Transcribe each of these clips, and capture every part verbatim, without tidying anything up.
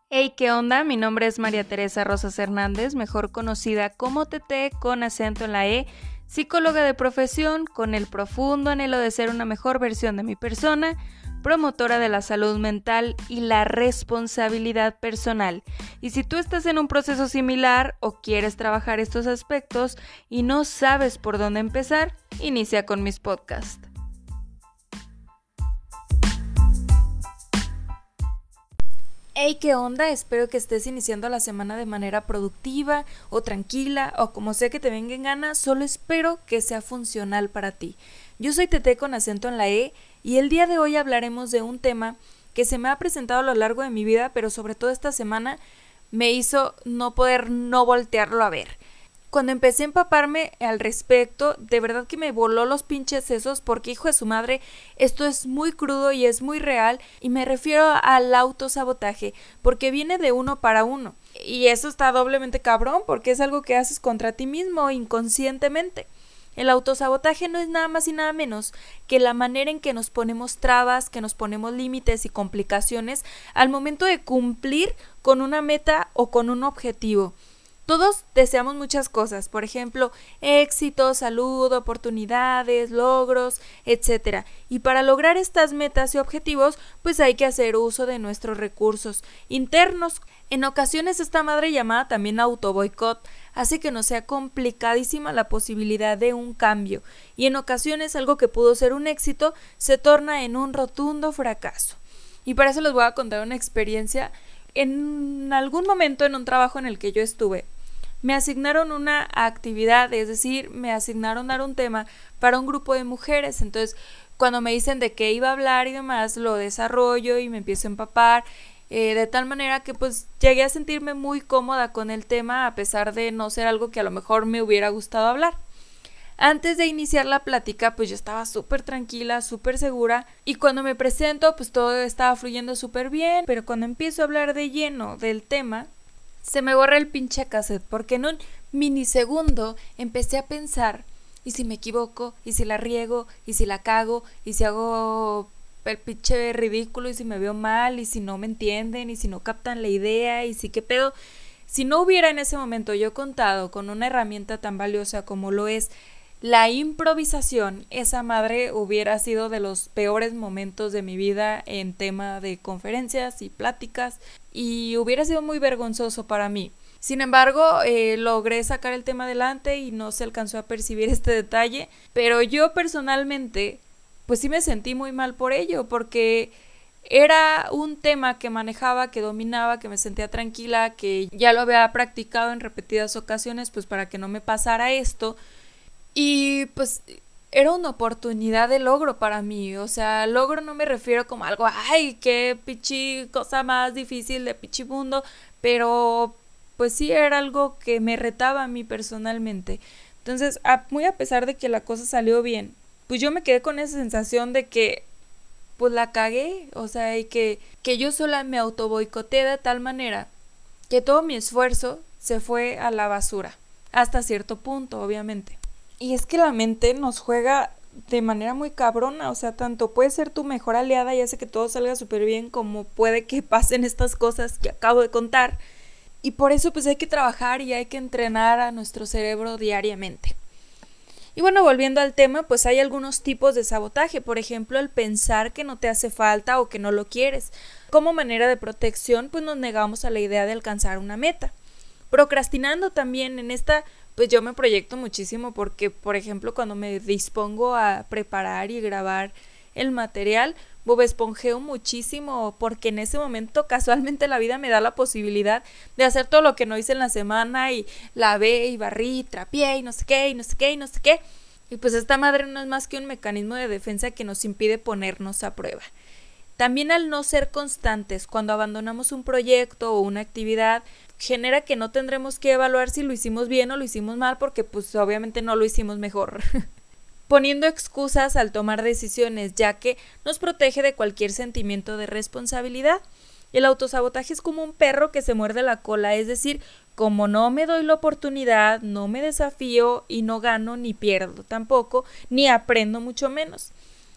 Hey, ¿qué onda? Mi nombre es María Teresa Rosas Hernández, mejor conocida como Tete con acento en la E, psicóloga de profesión con el profundo anhelo de ser una mejor versión de mi persona, promotora de la salud mental y la responsabilidad personal. Y si tú estás en un proceso similar o quieres trabajar estos aspectos y no sabes por dónde empezar, inicia con mis podcasts. Hey, ¿qué onda? Espero que estés iniciando la semana de manera productiva o tranquila o como sea que te venga en gana, solo espero que sea funcional para ti. Yo soy Tete con acento en la E y el día de hoy hablaremos de un tema que se me ha presentado a lo largo de mi vida, pero sobre todo esta semana me hizo no poder no voltearlo a ver. Cuando empecé a empaparme al respecto, de verdad que me voló los pinches sesos porque, hijo de su madre, esto es muy crudo y es muy real, y me refiero al autosabotaje, porque viene de uno para uno. Y eso está doblemente cabrón porque es algo que haces contra ti mismo inconscientemente. El autosabotaje no es nada más y nada menos que la manera en que nos ponemos trabas, que nos ponemos límites y complicaciones al momento de cumplir con una meta o con un objetivo. Todos deseamos muchas cosas, por ejemplo, éxito, salud, oportunidades, logros, etcétera. Y para lograr estas metas y objetivos, pues hay que hacer uso de nuestros recursos internos. En ocasiones esta madre llamada también autoboicot hace que nos sea complicadísima la posibilidad de un cambio, y en ocasiones algo que pudo ser un éxito se torna en un rotundo fracaso. Y para eso les voy a contar una experiencia. En algún momento en un trabajo en el que yo estuve, me asignaron una actividad, es decir, me asignaron dar un tema para un grupo de mujeres. Entonces, cuando me dicen de qué iba a hablar y demás, lo desarrollo y me empiezo a empapar, eh, de tal manera que pues llegué a sentirme muy cómoda con el tema, a pesar de no ser algo que a lo mejor me hubiera gustado hablar. Antes de iniciar la plática, pues yo estaba súper tranquila, súper segura, y cuando me presento, pues todo estaba fluyendo súper bien, pero cuando empiezo a hablar de lleno del tema, se me borra el pinche cassette, porque en un minisegundo empecé a pensar, ¿y si me equivoco? ¿Y si la riego? ¿Y si la cago? ¿Y si hago el pinche ridículo? ¿Y si me veo mal? ¿Y si no me entienden? ¿Y si no captan la idea? ¿Y si qué pedo? Si no hubiera en ese momento yo contado con una herramienta tan valiosa como lo es la improvisación, esa madre hubiera sido de los peores momentos de mi vida en tema de conferencias y pláticas, y hubiera sido muy vergonzoso para mí. Sin embargo, eh, logré sacar el tema adelante y no se alcanzó a percibir este detalle, pero yo personalmente pues sí me sentí muy mal por ello, porque era un tema que manejaba, que dominaba, que me sentía tranquila, que ya lo había practicado en repetidas ocasiones pues para que no me pasara esto. Y pues era una oportunidad de logro para mí. O sea, logro no me refiero como algo, ay, qué pichi cosa más difícil de pichi mundo, pero pues sí era algo que me retaba a mí personalmente. Entonces, a, muy a pesar de que la cosa salió bien, pues yo me quedé con esa sensación de que pues la cagué, o sea, y que, que yo sola me autoboicoteé de tal manera que todo mi esfuerzo se fue a la basura, hasta cierto punto, obviamente. Y es que la mente nos juega de manera muy cabrona, o sea, tanto puede ser tu mejor aliada y hace que todo salga súper bien, como puede que pasen estas cosas que acabo de contar. Y por eso pues hay que trabajar y hay que entrenar a nuestro cerebro diariamente. Y bueno, volviendo al tema, pues hay algunos tipos de sabotaje, por ejemplo, el pensar que no te hace falta o que no lo quieres. Como manera de protección, pues nos negamos a la idea de alcanzar una meta. Procrastinando también, en esta pues yo me proyecto muchísimo porque, por ejemplo, cuando me dispongo a preparar y grabar el material, bob esponjeo muchísimo porque en ese momento casualmente la vida me da la posibilidad de hacer todo lo que no hice en la semana, y lavé y barrí, trapié y no sé qué, y no sé qué, y no sé qué. Y pues esta madre no es más que un mecanismo de defensa que nos impide ponernos a prueba. También al no ser constantes, cuando abandonamos un proyecto o una actividad, genera que no tendremos que evaluar si lo hicimos bien o lo hicimos mal, porque pues obviamente no lo hicimos mejor. Poniendo excusas al tomar decisiones, ya que nos protege de cualquier sentimiento de responsabilidad. El autosabotaje es como un perro que se muerde la cola, es decir, como no me doy la oportunidad, no me desafío y no gano ni pierdo tampoco, ni aprendo mucho menos.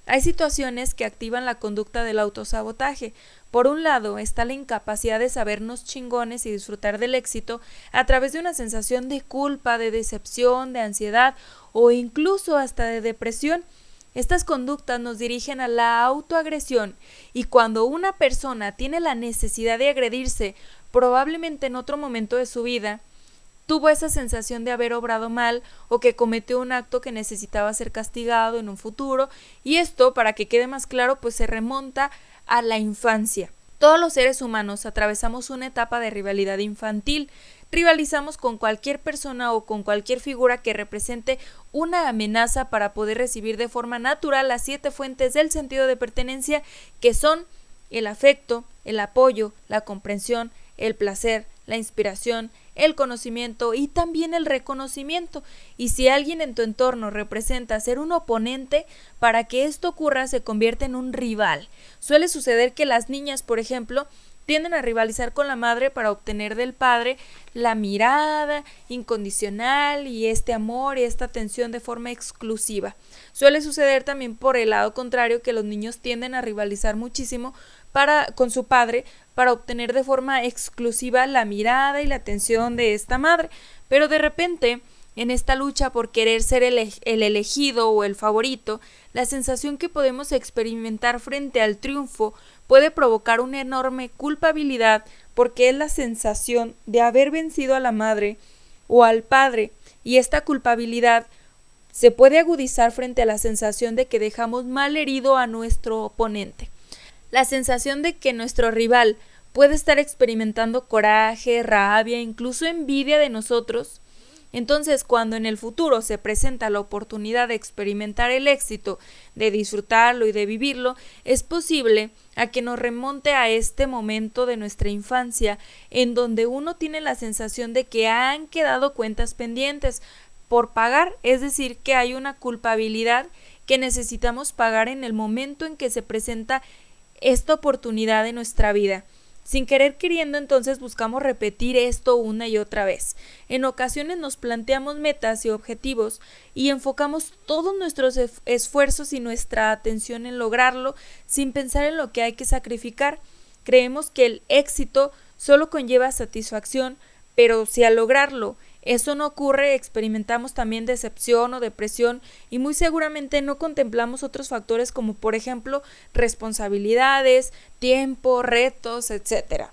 Hay situaciones que activan la conducta del autosabotaje. Por un lado, está la incapacidad de sabernos chingones y disfrutar del éxito a través de una sensación de culpa, de decepción, de ansiedad o incluso hasta de depresión. Estas conductas nos dirigen a la autoagresión y cuando una persona tiene la necesidad de agredirse, probablemente en otro momento de su vida, tuvo esa sensación de haber obrado mal o que cometió un acto que necesitaba ser castigado en un futuro, y esto, para que quede más claro, pues se remonta a la infancia. Todos los seres humanos atravesamos una etapa de rivalidad infantil. Rivalizamos con cualquier persona o con cualquier figura que represente una amenaza para poder recibir de forma natural las siete fuentes del sentido de pertenencia, que son el afecto, el apoyo, la comprensión, el placer, la inspiración, el conocimiento y también el reconocimiento. Y si alguien en tu entorno representa ser un oponente, para que esto ocurra se convierte en un rival. Suele suceder que las niñas, por ejemplo, tienden a rivalizar con la madre para obtener del padre la mirada incondicional y este amor y esta atención de forma exclusiva. Suele suceder también por el lado contrario, que los niños tienden a rivalizar muchísimo para, con su padre para obtener de forma exclusiva la mirada y la atención de esta madre. Pero de repente, en esta lucha por querer ser el, el elegido o el favorito, la sensación que podemos experimentar frente al triunfo puede provocar una enorme culpabilidad, porque es la sensación de haber vencido a la madre o al padre, y esta culpabilidad se puede agudizar frente a la sensación de que dejamos mal herido a nuestro oponente. La sensación de que nuestro rival puede estar experimentando coraje, rabia, incluso envidia de nosotros. Entonces, cuando en el futuro se presenta la oportunidad de experimentar el éxito, de disfrutarlo y de vivirlo, es posible a que nos remonte a este momento de nuestra infancia, en donde uno tiene la sensación de que han quedado cuentas pendientes por pagar, es decir, que hay una culpabilidad que necesitamos pagar en el momento en que se presenta esta oportunidad en nuestra vida. Sin querer queriendo, entonces buscamos repetir esto una y otra vez. En ocasiones nos planteamos metas y objetivos y enfocamos todos nuestros esfuerzos y nuestra atención en lograrlo sin pensar en lo que hay que sacrificar. Creemos que el éxito solo conlleva satisfacción, pero si al lograrlo eso no ocurre, experimentamos también decepción o depresión y muy seguramente no contemplamos otros factores como por ejemplo responsabilidades, tiempo, retos, etcétera.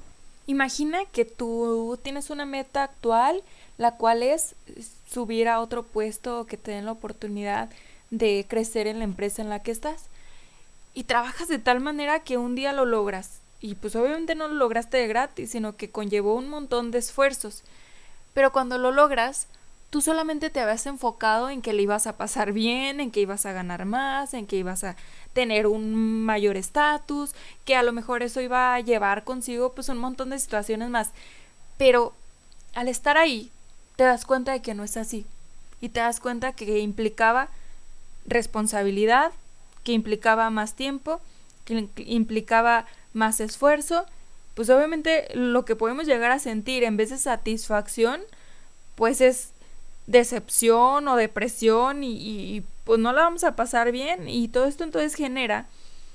Imagina que tú tienes una meta actual, la cual es subir a otro puesto o que te den la oportunidad de crecer en la empresa en la que estás. Y trabajas de tal manera que un día lo logras. Y pues obviamente no lo lograste de gratis, sino que conllevó un montón de esfuerzos. Pero cuando lo logras, tú solamente te habías enfocado en que le ibas a pasar bien, en que ibas a ganar más, en que ibas a tener un mayor estatus, que a lo mejor eso iba a llevar consigo pues un montón de situaciones más. Pero al estar ahí, te das cuenta de que no es así. Y te das cuenta que implicaba responsabilidad, que implicaba más tiempo, que implicaba más esfuerzo. Pues obviamente lo que podemos llegar a sentir en vez de satisfacción, pues es decepción o depresión y, y pues no la vamos a pasar bien, y todo esto entonces genera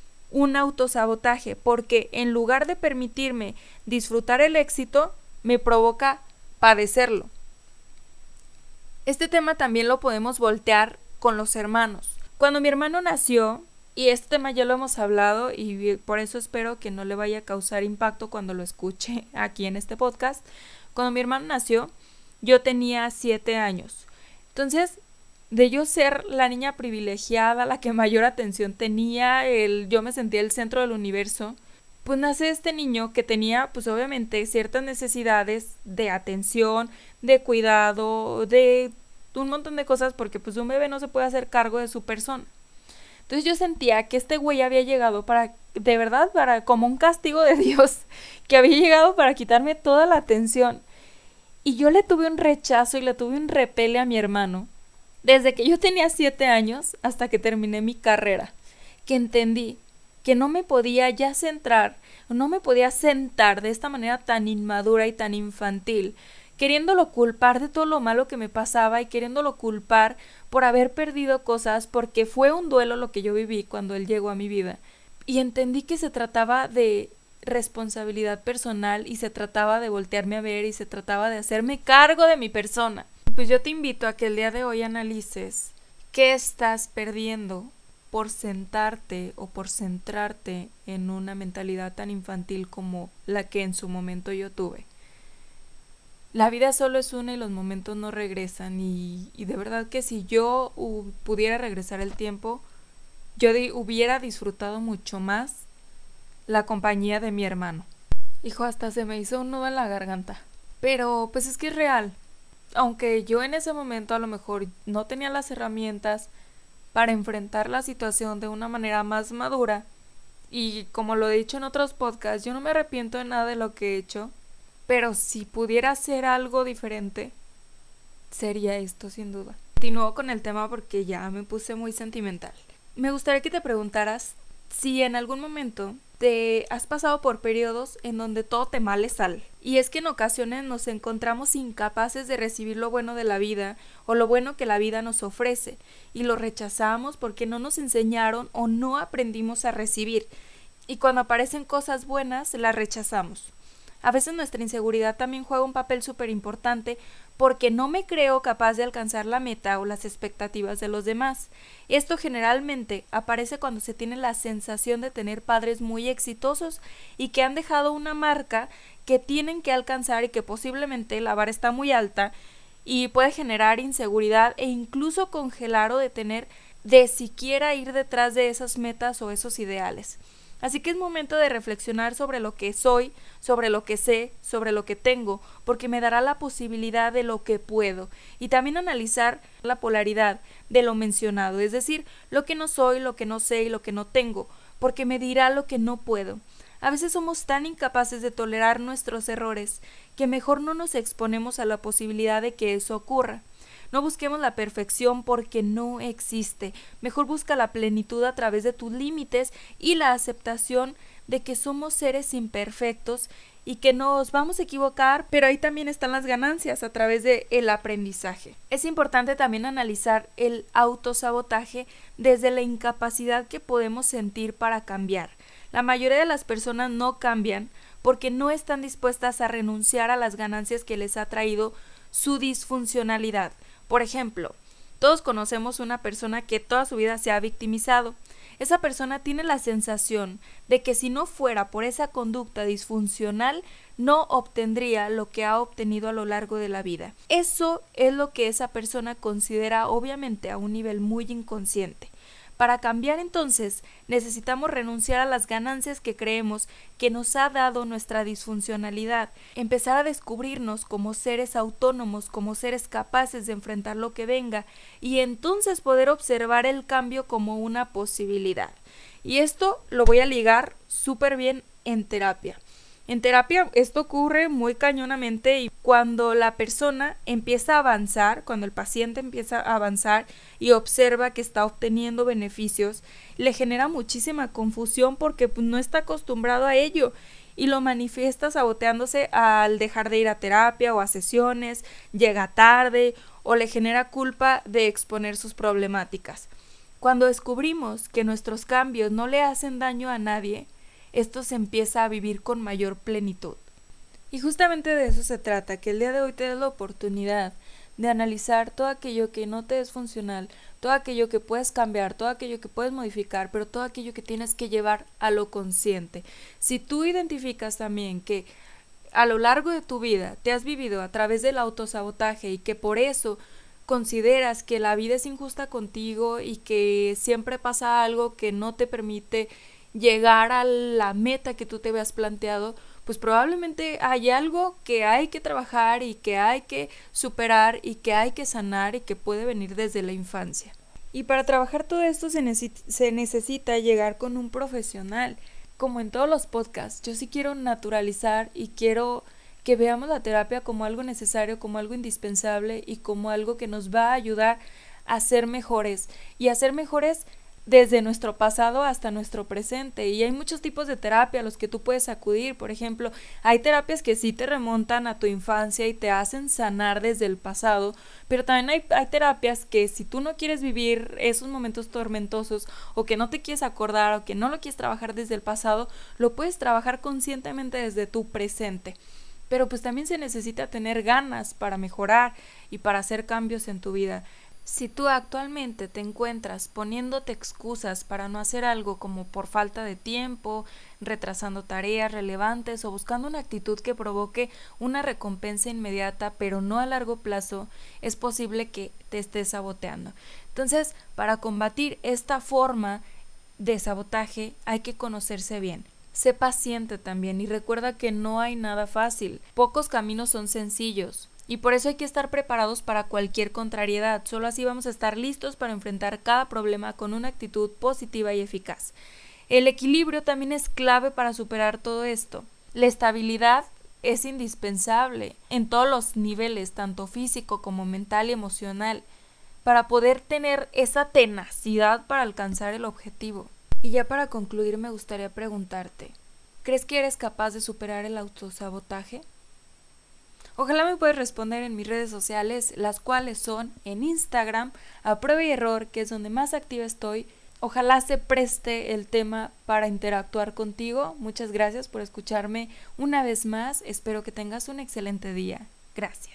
un autosabotaje, porque en lugar de permitirme disfrutar el éxito, me provoca padecerlo. Este tema también lo podemos voltear con los hermanos. Cuando mi hermano nació, y este tema ya lo hemos hablado y por eso espero que no le vaya a causar impacto cuando lo escuche aquí en este podcast. Cuando mi hermano nació, yo tenía siete años. Entonces, de yo ser la niña privilegiada, la que mayor atención tenía, el, yo me sentía el centro del universo, pues nace este niño que tenía pues obviamente ciertas necesidades de atención, de cuidado, de un montón de cosas, porque pues un bebé no se puede hacer cargo de su persona. Entonces yo sentía que este güey había llegado para, de verdad, para como un castigo de Dios, que había llegado para quitarme toda la atención. Y yo le tuve un rechazo y le tuve un repele a mi hermano, desde que yo tenía siete años hasta que terminé mi carrera, que entendí que no me podía ya centrar, no me podía sentar de esta manera tan inmadura y tan infantil, queriéndolo culpar de todo lo malo que me pasaba y queriéndolo culpar por haber perdido cosas, porque fue un duelo lo que yo viví cuando él llegó a mi vida. Y entendí que se trataba de responsabilidad personal y se trataba de voltearme a ver y se trataba de hacerme cargo de mi persona. Pues yo te invito a que el día de hoy analices qué estás perdiendo por sentarte o por centrarte en una mentalidad tan infantil como la que en su momento yo tuve. La vida solo es una y los momentos no regresan y, y de verdad que si yo uh, pudiera regresar el tiempo, yo di, hubiera disfrutado mucho más la compañía de mi hermano. Hijo, hasta se me hizo un nudo en la garganta. Pero pues es que es real. Aunque yo en ese momento a lo mejor no tenía las herramientas para enfrentar la situación de una manera más madura, y como lo he dicho en otros podcasts, yo no me arrepiento de nada de lo que he hecho, pero si pudiera hacer algo diferente, sería esto sin duda. Continúo con el tema porque ya me puse muy sentimental. Me gustaría que te preguntaras si en algún momento te has pasado por periodos en donde todo te male sal. Y es que en ocasiones nos encontramos incapaces de recibir lo bueno de la vida o lo bueno que la vida nos ofrece y lo rechazamos porque no nos enseñaron o no aprendimos a recibir. Y cuando aparecen cosas buenas, las rechazamos. A veces nuestra inseguridad también juega un papel súper importante porque no me creo capaz de alcanzar la meta o las expectativas de los demás. Esto generalmente aparece cuando se tiene la sensación de tener padres muy exitosos y que han dejado una marca que tienen que alcanzar y que posiblemente la vara está muy alta y puede generar inseguridad e incluso congelar o detener de siquiera ir detrás de esas metas o esos ideales. Así que es momento de reflexionar sobre lo que soy, sobre lo que sé, sobre lo que tengo, porque me dará la posibilidad de lo que puedo. Y también analizar la polaridad de lo mencionado, es decir, lo que no soy, lo que no sé y lo que no tengo, porque me dirá lo que no puedo. A veces somos tan incapaces de tolerar nuestros errores que mejor no nos exponemos a la posibilidad de que eso ocurra. No busquemos la perfección porque no existe. Mejor busca la plenitud a través de tus límites y la aceptación de que somos seres imperfectos y que nos vamos a equivocar, pero ahí también están las ganancias a través del aprendizaje. Es importante también analizar el autosabotaje desde la incapacidad que podemos sentir para cambiar. La mayoría de las personas no cambian porque no están dispuestas a renunciar a las ganancias que les ha traído su disfuncionalidad. Por ejemplo, todos conocemos una persona que toda su vida se ha victimizado. Esa persona tiene la sensación de que si no fuera por esa conducta disfuncional, no obtendría lo que ha obtenido a lo largo de la vida. Eso es lo que esa persona considera, obviamente a un nivel muy inconsciente. Para cambiar entonces necesitamos renunciar a las ganancias que creemos que nos ha dado nuestra disfuncionalidad, empezar a descubrirnos como seres autónomos, como seres capaces de enfrentar lo que venga y entonces poder observar el cambio como una posibilidad. Y esto lo voy a ligar súper bien en terapia. En terapia esto ocurre muy cañonamente y cuando la persona empieza a avanzar, cuando el paciente empieza a avanzar y observa que está obteniendo beneficios, le genera muchísima confusión porque pues, no está acostumbrado a ello y lo manifiesta saboteándose al dejar de ir a terapia o a sesiones, llega tarde o le genera culpa de exponer sus problemáticas. Cuando descubrimos que nuestros cambios no le hacen daño a nadie, esto se empieza a vivir con mayor plenitud. Y justamente de eso se trata, que el día de hoy te des la oportunidad de analizar todo aquello que no te es funcional, todo aquello que puedes cambiar, todo aquello que puedes modificar, pero todo aquello que tienes que llevar a lo consciente. Si tú identificas también que a lo largo de tu vida te has vivido a través del autosabotaje y que por eso consideras que la vida es injusta contigo y que siempre pasa algo que no te permite llegar a la meta que tú te habías planteado, pues probablemente hay algo que hay que trabajar y que hay que superar y que hay que sanar y que puede venir desde la infancia. Y para trabajar todo esto se, necesita, se necesita llegar con un profesional. Como en todos los podcasts, yo sí quiero naturalizar y quiero que veamos la terapia como algo necesario, como algo indispensable y como algo que nos va a ayudar a ser mejores y a ser mejores desde nuestro pasado hasta nuestro presente, y hay muchos tipos de terapia a los que tú puedes acudir. Por ejemplo, hay terapias que sí te remontan a tu infancia y te hacen sanar desde el pasado, pero también hay, hay terapias que si tú no quieres vivir esos momentos tormentosos, o que no te quieres acordar, o que no lo quieres trabajar desde el pasado, lo puedes trabajar conscientemente desde tu presente. Pero pues también se necesita tener ganas para mejorar y para hacer cambios en tu vida. Si tú actualmente te encuentras poniéndote excusas para no hacer algo, como por falta de tiempo, retrasando tareas relevantes o buscando una actitud que provoque una recompensa inmediata pero no a largo plazo, es posible que te estés saboteando. Entonces, para combatir esta forma de sabotaje hay que conocerse bien. Sé paciente también y recuerda que no hay nada fácil. Pocos caminos son sencillos. Y por eso hay que estar preparados para cualquier contrariedad. Solo así vamos a estar listos para enfrentar cada problema con una actitud positiva y eficaz. El equilibrio también es clave para superar todo esto. La estabilidad es indispensable en todos los niveles, tanto físico como mental y emocional, para poder tener esa tenacidad para alcanzar el objetivo. Y ya para concluir, me gustaría preguntarte, ¿crees que eres capaz de superar el autosabotaje? Ojalá me puedas responder en mis redes sociales, las cuales son en Instagram, a prueba y error, que es donde más activa estoy. Ojalá se preste el tema para interactuar contigo. Muchas gracias por escucharme una vez más. Espero que tengas un excelente día. Gracias.